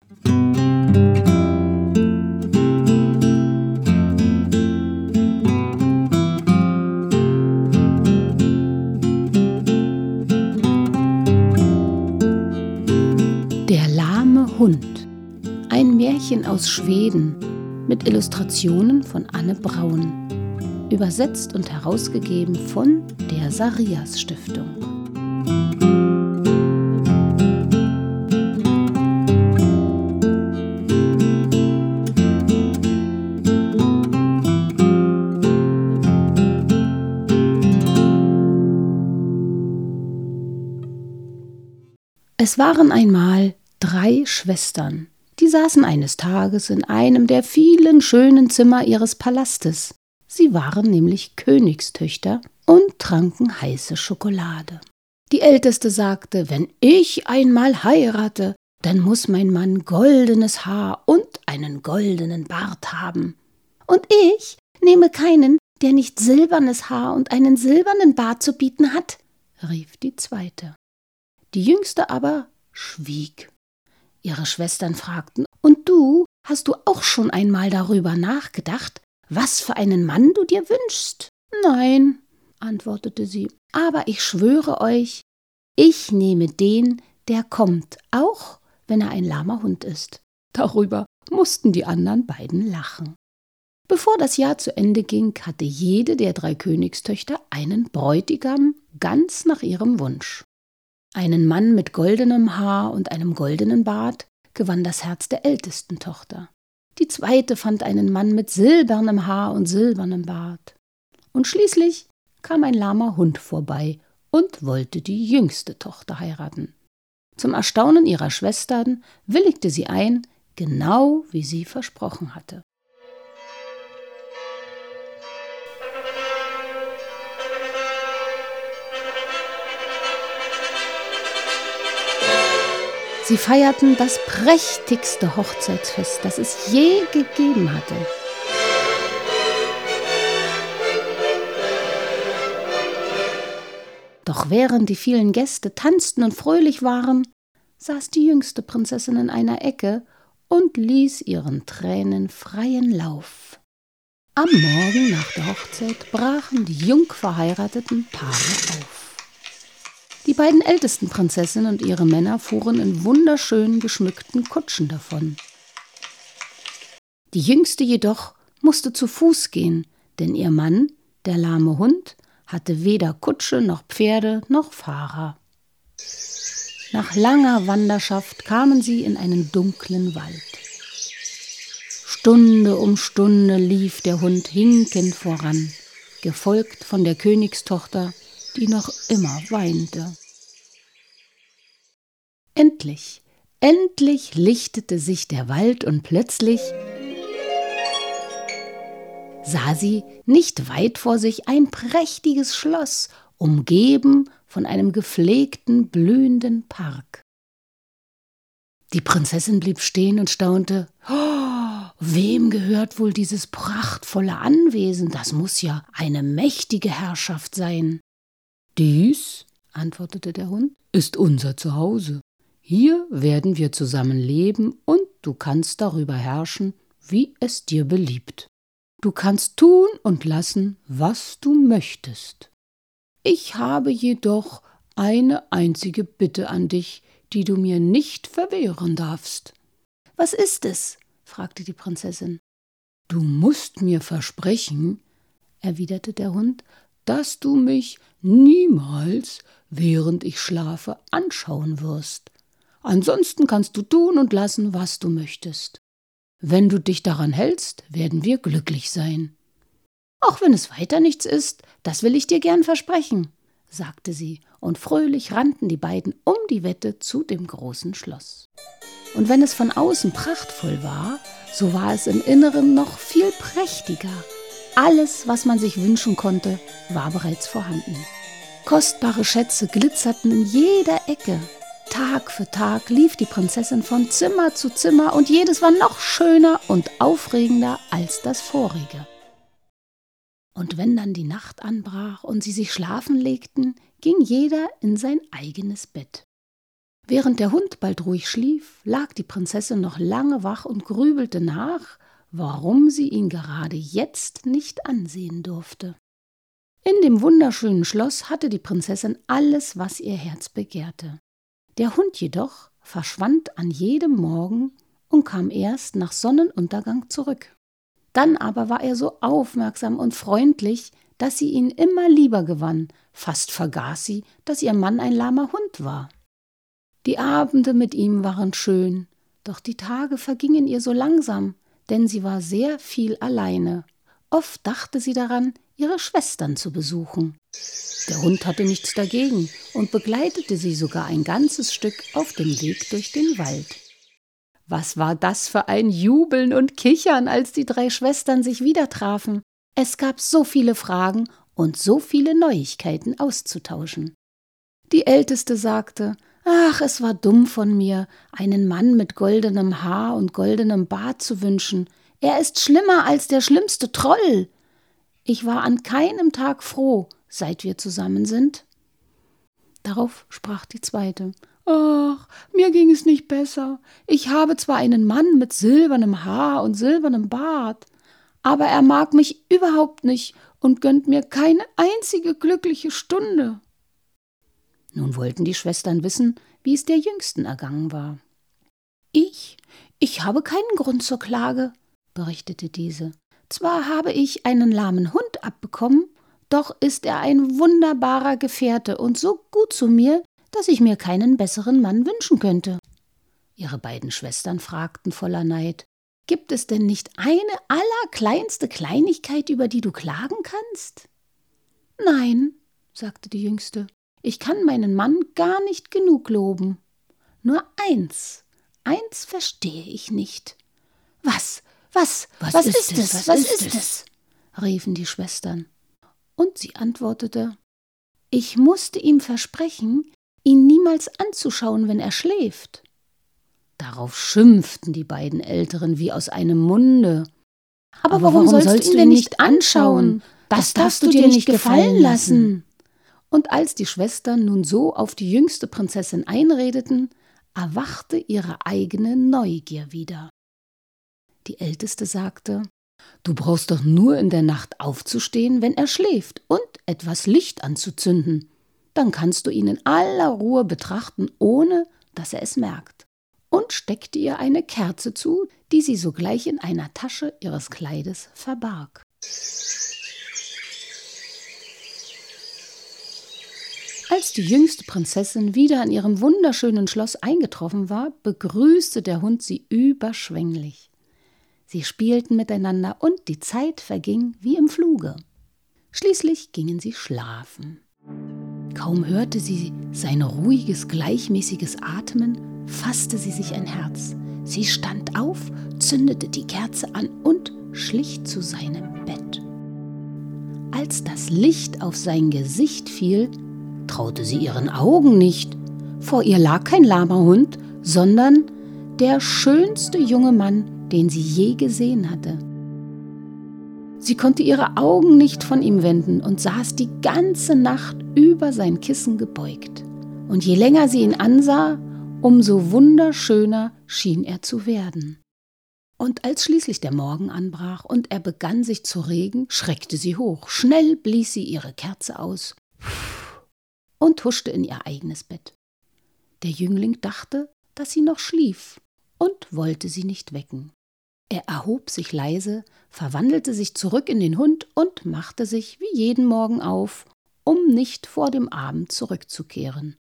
Der lahme Hund. Ein Märchen aus Schweden mit Illustrationen von Anne Braun. Übersetzt und herausgegeben von der Sarias Stiftung. Es waren einmal 3 Schwestern, die saßen eines Tages in einem der vielen schönen Zimmer ihres Palastes. Sie waren nämlich Königstöchter und tranken heiße Schokolade. Die Älteste sagte: Wenn ich einmal heirate, dann muss mein Mann goldenes Haar und einen goldenen Bart haben. Und ich nehme keinen, der nicht silbernes Haar und einen silbernen Bart zu bieten hat, rief die Zweite. Die Jüngste aber schwieg. Ihre Schwestern fragten: Und du, hast du auch schon einmal darüber nachgedacht, was für einen Mann du dir wünschst? Nein, antwortete sie, aber ich schwöre euch, ich nehme den, der kommt, auch wenn er ein lahmer Hund ist. Darüber mussten die anderen beiden lachen. Bevor das Jahr zu Ende ging, hatte jede der 3 Königstöchter einen Bräutigam ganz nach ihrem Wunsch. Einen Mann mit goldenem Haar und einem goldenen Bart gewann das Herz der ältesten Tochter. Die Zweite fand einen Mann mit silbernem Haar und silbernem Bart. Und schließlich kam ein lahmer Hund vorbei und wollte die jüngste Tochter heiraten. Zum Erstaunen ihrer Schwestern willigte sie ein, genau wie sie versprochen hatte. Sie feierten das prächtigste Hochzeitsfest, das es je gegeben hatte. Doch während die vielen Gäste tanzten und fröhlich waren, saß die jüngste Prinzessin in einer Ecke und ließ ihren Tränen freien Lauf. Am Morgen nach der Hochzeit brachen die jung verheirateten Paare auf. Die beiden ältesten Prinzessinnen und ihre Männer fuhren in wunderschön geschmückten Kutschen davon. Die Jüngste jedoch musste zu Fuß gehen, denn ihr Mann, der lahme Hund, hatte weder Kutsche noch Pferde noch Fahrer. Nach langer Wanderschaft kamen sie in einen dunklen Wald. Stunde um Stunde lief der Hund hinkend voran, gefolgt von der Königstochter, die noch immer weinte. Endlich lichtete sich der Wald und plötzlich sah sie nicht weit vor sich ein prächtiges Schloss, umgeben von einem gepflegten, blühenden Park. Die Prinzessin blieb stehen und staunte: Oh, wem gehört wohl dieses prachtvolle Anwesen? Das muss ja eine mächtige Herrschaft sein. Dies, antwortete der Hund, ist unser Zuhause. Hier werden wir zusammen leben und du kannst darüber herrschen, wie es dir beliebt. Du kannst tun und lassen, was du möchtest. Ich habe jedoch eine einzige Bitte an dich, die du mir nicht verwehren darfst. Was ist es? fragte die Prinzessin. Du musst mir versprechen, erwiderte der Hund, dass du mich niemals, während ich schlafe, anschauen wirst. Ansonsten kannst du tun und lassen, was du möchtest. Wenn du dich daran hältst, werden wir glücklich sein. Auch wenn es weiter nichts ist, das will ich dir gern versprechen, sagte sie, und fröhlich rannten die beiden um die Wette zu dem großen Schloss. Und wenn es von außen prachtvoll war, so war es im Inneren noch viel prächtiger. Alles, was man sich wünschen konnte, war bereits vorhanden. Kostbare Schätze glitzerten in jeder Ecke. Tag für Tag lief die Prinzessin von Zimmer zu Zimmer und jedes war noch schöner und aufregender als das vorige. Und wenn dann die Nacht anbrach und sie sich schlafen legten, ging jeder in sein eigenes Bett. Während der Hund bald ruhig schlief, lag die Prinzessin noch lange wach und grübelte nach, warum sie ihn gerade jetzt nicht ansehen durfte. In dem wunderschönen Schloss hatte die Prinzessin alles, was ihr Herz begehrte. Der Hund jedoch verschwand an jedem Morgen und kam erst nach Sonnenuntergang zurück. Dann aber war er so aufmerksam und freundlich, dass sie ihn immer lieber gewann. Fast vergaß sie, dass ihr Mann ein lahmer Hund war. Die Abende mit ihm waren schön, doch die Tage vergingen ihr so langsam, denn sie war sehr viel alleine. Oft dachte sie daran, ihre Schwestern zu besuchen. Der Hund hatte nichts dagegen und begleitete sie sogar ein ganzes Stück auf dem Weg durch den Wald. Was war das für ein Jubeln und Kichern, als die 3 Schwestern sich wieder trafen? Es gab so viele Fragen und so viele Neuigkeiten auszutauschen. Die Älteste sagte: »Ach, es war dumm von mir, einen Mann mit goldenem Haar und goldenem Bart zu wünschen. Er ist schlimmer als der schlimmste Troll. Ich war an keinem Tag froh, seit wir zusammen sind.« Darauf sprach die Zweite: »Ach, mir ging es nicht besser. Ich habe zwar einen Mann mit silbernem Haar und silbernem Bart, aber er mag mich überhaupt nicht und gönnt mir keine einzige glückliche Stunde.« Nun wollten die Schwestern wissen, wie es der Jüngsten ergangen war. Ich habe keinen Grund zur Klage«, berichtete diese. »Zwar habe ich einen lahmen Hund abbekommen, doch ist er ein wunderbarer Gefährte und so gut zu mir, dass ich mir keinen besseren Mann wünschen könnte.« Ihre beiden Schwestern fragten voller Neid: »Gibt es denn nicht eine allerkleinste Kleinigkeit, über die du klagen kannst?« »Nein«, sagte die Jüngste, »ich kann meinen Mann gar nicht genug loben. Nur eins verstehe ich nicht.« Was ist es?« riefen die Schwestern. Und sie antwortete: »Ich musste ihm versprechen, ihn niemals anzuschauen, wenn er schläft.« Darauf schimpften die beiden Älteren wie aus einem Munde. »Aber warum sollst du ihn denn nicht anschauen? Das darfst du dir nicht gefallen lassen.« Und als die Schwestern nun so auf die jüngste Prinzessin einredeten, erwachte ihre eigene Neugier wieder. Die Älteste sagte: »Du brauchst doch nur in der Nacht aufzustehen, wenn er schläft, und etwas Licht anzuzünden. Dann kannst du ihn in aller Ruhe betrachten, ohne dass er es merkt.« Und steckte ihr eine Kerze zu, die sie sogleich in einer Tasche ihres Kleides verbarg. Als die jüngste Prinzessin wieder in ihrem wunderschönen Schloss eingetroffen war, begrüßte der Hund sie überschwänglich. Sie spielten miteinander und die Zeit verging wie im Fluge. Schließlich gingen sie schlafen. Kaum hörte sie sein ruhiges, gleichmäßiges Atmen, fasste sie sich ein Herz. Sie stand auf, zündete die Kerze an und schlich zu seinem Bett. Als das Licht auf sein Gesicht fiel, traute sie ihren Augen nicht. Vor ihr lag kein lahmer Hund, sondern der schönste junge Mann, den sie je gesehen hatte. Sie konnte ihre Augen nicht von ihm wenden und saß die ganze Nacht über sein Kissen gebeugt. Und je länger sie ihn ansah, umso wunderschöner schien er zu werden. Und als schließlich der Morgen anbrach und er begann sich zu regen, schreckte sie hoch. Schnell blies sie ihre Kerze aus und huschte in ihr eigenes Bett. Der Jüngling dachte, dass sie noch schlief und wollte sie nicht wecken. Er erhob sich leise, verwandelte sich zurück in den Hund und machte sich wie jeden Morgen auf, um nicht vor dem Abend zurückzukehren.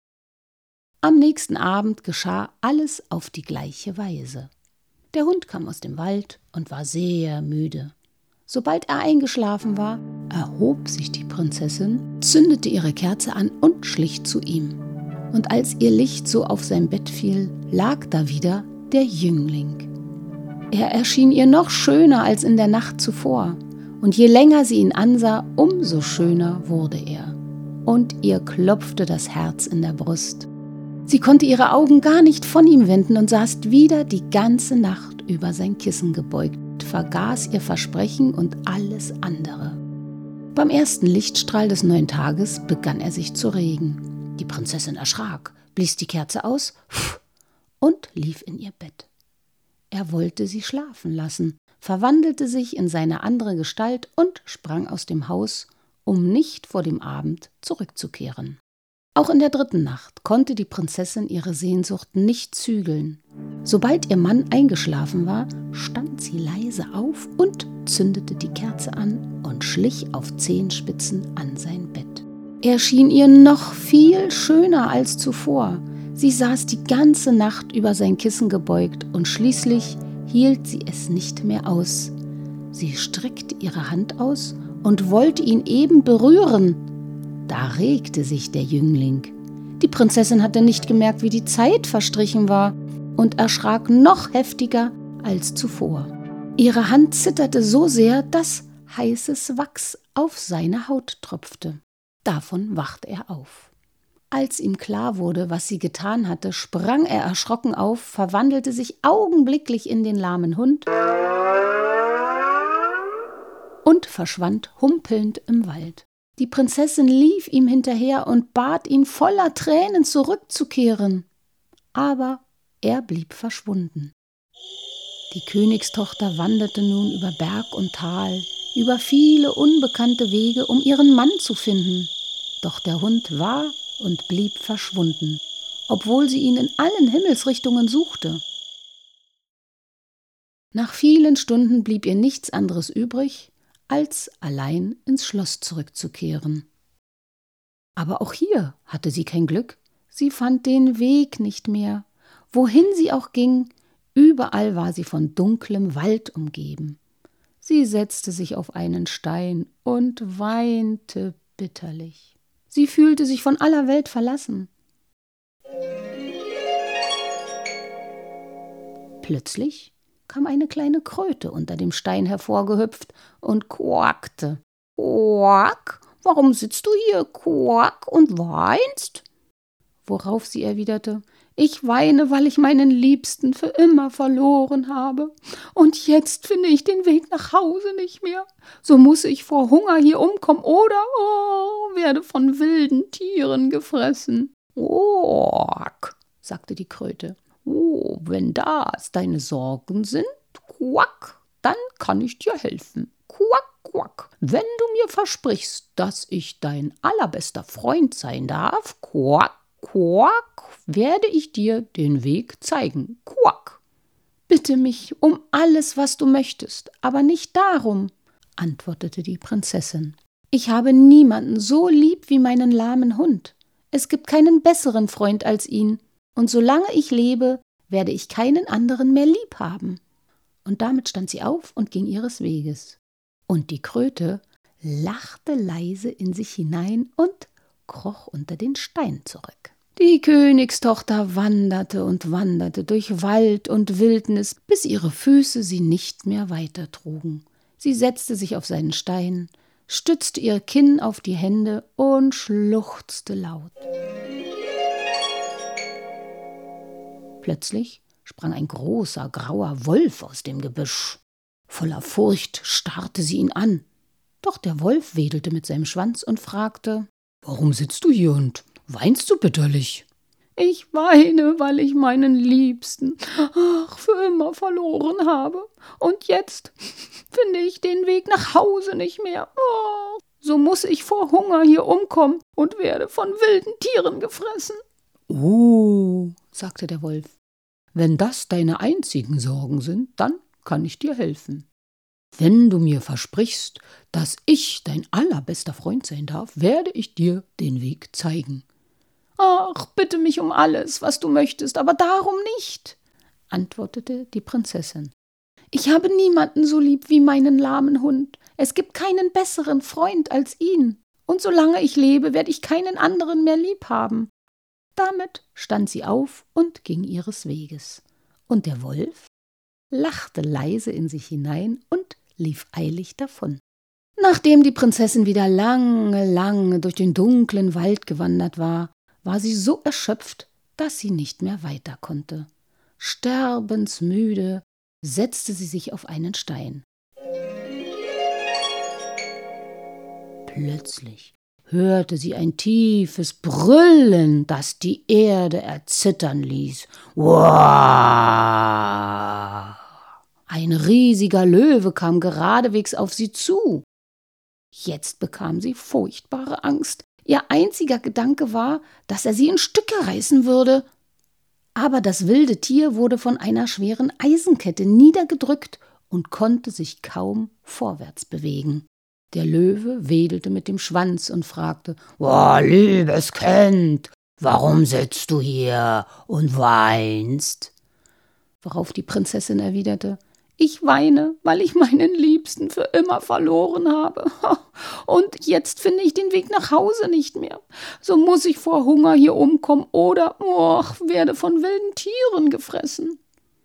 Am nächsten Abend geschah alles auf die gleiche Weise. Der Hund kam aus dem Wald und war sehr müde. Sobald er eingeschlafen war, erhob sich die Prinzessin, zündete ihre Kerze an und schlich zu ihm. Und als ihr Licht so auf sein Bett fiel, lag da wieder der Jüngling. Er erschien ihr noch schöner als in der Nacht zuvor, und je länger sie ihn ansah, umso schöner wurde er. Und ihr klopfte das Herz in der Brust. Sie konnte ihre Augen gar nicht von ihm wenden und saß wieder die ganze Nacht über sein Kissen gebeugt, vergaß ihr Versprechen und alles andere. Beim ersten Lichtstrahl des neuen Tages begann er sich zu regen. Die Prinzessin erschrak, blies die Kerze aus und lief in ihr Bett. Er wollte sie schlafen lassen, verwandelte sich in seine andere Gestalt und sprang aus dem Haus, um nicht vor dem Abend zurückzukehren. Auch in der 3. Nacht konnte die Prinzessin ihre Sehnsucht nicht zügeln. Sobald ihr Mann eingeschlafen war, stand sie leise auf und zündete die Kerze an und schlich auf Zehenspitzen an sein Bett. Er schien ihr noch viel schöner als zuvor. Sie saß die ganze Nacht über sein Kissen gebeugt und schließlich hielt sie es nicht mehr aus. Sie streckte ihre Hand aus und wollte ihn eben berühren. Da regte sich der Jüngling. Die Prinzessin hatte nicht gemerkt, wie die Zeit verstrichen war und erschrak noch heftiger als zuvor. Ihre Hand zitterte so sehr, dass heißes Wachs auf seine Haut tropfte. Davon wachte er auf. Als ihm klar wurde, was sie getan hatte, sprang er erschrocken auf, verwandelte sich augenblicklich in den lahmen Hund und verschwand humpelnd im Wald. Die Prinzessin lief ihm hinterher und bat ihn voller Tränen zurückzukehren. Aber er blieb verschwunden. Die Königstochter wanderte nun über Berg und Tal, über viele unbekannte Wege, um ihren Mann zu finden. Doch der Hund war und blieb verschwunden, obwohl sie ihn in allen Himmelsrichtungen suchte. Nach vielen Stunden blieb ihr nichts anderes übrig, als allein ins Schloss zurückzukehren. Aber auch hier hatte sie kein Glück. Sie fand den Weg nicht mehr. Wohin sie auch ging, überall war sie von dunklem Wald umgeben. Sie setzte sich auf einen Stein und weinte bitterlich. Sie fühlte sich von aller Welt verlassen. Plötzlich kam eine kleine Kröte unter dem Stein hervorgehüpft und quakte. »Quack, warum sitzt du hier, Quack, und weinst?« Worauf sie erwiderte: »Ich weine, weil ich meinen Liebsten für immer verloren habe. Und jetzt finde ich den Weg nach Hause nicht mehr. So muss ich vor Hunger hier umkommen oder werde von wilden Tieren gefressen.« »Quack«, sagte die Kröte. »Oh, wenn das deine Sorgen sind, Quack, dann kann ich dir helfen. Quack, Quack, wenn du mir versprichst, dass ich dein allerbester Freund sein darf, Quack, Quack, werde ich dir den Weg zeigen. Quack.« »Bitte mich um alles, was du möchtest, aber nicht darum«, antwortete die Prinzessin. »Ich habe niemanden so lieb wie meinen lahmen Hund. Es gibt keinen besseren Freund als ihn, und solange ich lebe, werde ich keinen anderen mehr lieb haben.« Und damit stand sie auf und ging ihres Weges. Und die Kröte lachte leise in sich hinein und kroch unter den Stein zurück. Die Königstochter wanderte und wanderte durch Wald und Wildnis, bis ihre Füße sie nicht mehr weitertrugen. Sie setzte sich auf seinen Stein, stützte ihr Kinn auf die Hände und schluchzte laut. Plötzlich sprang ein großer, grauer Wolf aus dem Gebüsch. Voller Furcht starrte sie ihn an. Doch der Wolf wedelte mit seinem Schwanz und fragte: »Warum sitzt du hier und weinst du bitterlich?« »Ich weine, weil ich meinen Liebsten, für immer verloren habe. Und jetzt finde ich den Weg nach Hause nicht mehr. So muss ich vor Hunger hier umkommen und werde von wilden Tieren gefressen.« »Oh«, sagte der Wolf, »wenn das deine einzigen Sorgen sind, dann kann ich dir helfen. Wenn du mir versprichst, dass ich dein allerbester Freund sein darf, werde ich dir den Weg zeigen.« »Ach, bitte mich um alles, was du möchtest, aber darum nicht«, antwortete die Prinzessin. »Ich habe niemanden so lieb wie meinen lahmen Hund. Es gibt keinen besseren Freund als ihn. Und solange ich lebe, werde ich keinen anderen mehr lieb haben.« Damit stand sie auf und ging ihres Weges. Und der Wolf lachte leise in sich hinein und lief eilig davon. Nachdem die Prinzessin wieder lange durch den dunklen Wald gewandert war sie so erschöpft, dass sie nicht mehr weiter konnte. Sterbensmüde setzte sie sich auf einen Stein. Plötzlich hörte sie ein tiefes Brüllen, das die Erde erzittern ließ. Uah! Ein riesiger Löwe kam geradewegs auf sie zu. Jetzt bekam sie furchtbare Angst. Ihr einziger Gedanke war, dass er sie in Stücke reißen würde. Aber das wilde Tier wurde von einer schweren Eisenkette niedergedrückt und konnte sich kaum vorwärts bewegen. Der Löwe wedelte mit dem Schwanz und fragte: Liebes Kind, warum sitzt du hier und weinst? Worauf die Prinzessin erwiderte: Ich weine, weil ich meinen Liebsten für immer verloren habe. Und jetzt finde ich den Weg nach Hause nicht mehr. So muss ich vor Hunger hier umkommen oder werde von wilden Tieren gefressen.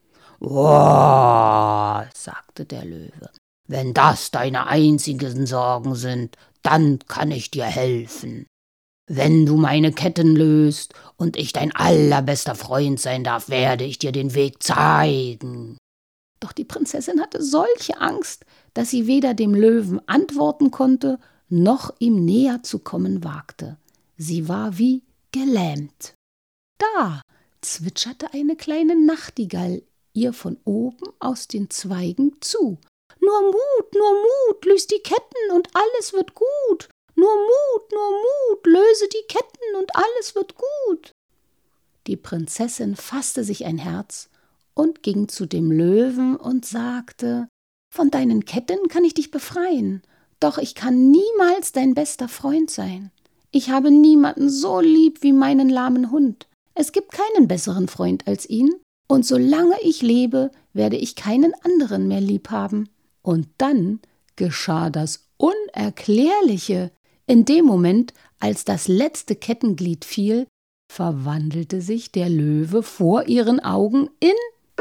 Sagte der Löwe. Wenn das deine einzigen Sorgen sind, dann kann ich dir helfen. Wenn du meine Ketten löst und ich dein allerbester Freund sein darf, werde ich dir den Weg zeigen. Doch die Prinzessin hatte solche Angst, dass sie weder dem Löwen antworten konnte, noch ihm näher zu kommen wagte. Sie war wie gelähmt. Da zwitscherte eine kleine Nachtigall ihr von oben aus den Zweigen zu. Nur Mut, löse die Ketten und alles wird gut. Nur Mut, löse die Ketten und alles wird gut. Die Prinzessin fasste sich ein Herz und ging zu dem Löwen und sagte: Von deinen Ketten kann ich dich befreien, doch ich kann niemals dein bester Freund sein. Ich habe niemanden so lieb wie meinen lahmen Hund. Es gibt keinen besseren Freund als ihn, und solange ich lebe, werde ich keinen anderen mehr lieb haben. Und dann geschah das Unerklärliche. In dem Moment, als das letzte Kettenglied fiel, verwandelte sich der Löwe vor ihren Augen in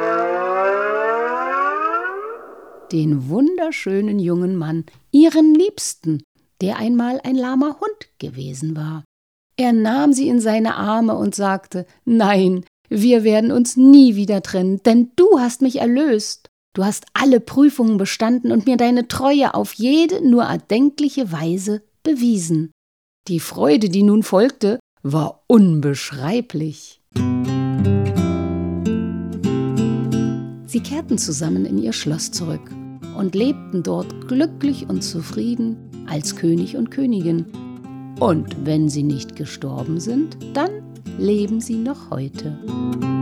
den wunderschönen jungen Mann, ihren Liebsten, der einmal ein lahmer Hund gewesen war. Er nahm sie in seine Arme und sagte: Nein, wir werden uns nie wieder trennen, denn du hast mich erlöst. Du hast alle Prüfungen bestanden und mir deine Treue auf jede nur erdenkliche Weise bewiesen. Die Freude, die nun folgte, war unbeschreiblich. Sie kehrten zusammen in ihr Schloss zurück und lebten dort glücklich und zufrieden als König und Königin. Und wenn sie nicht gestorben sind, dann leben sie noch heute.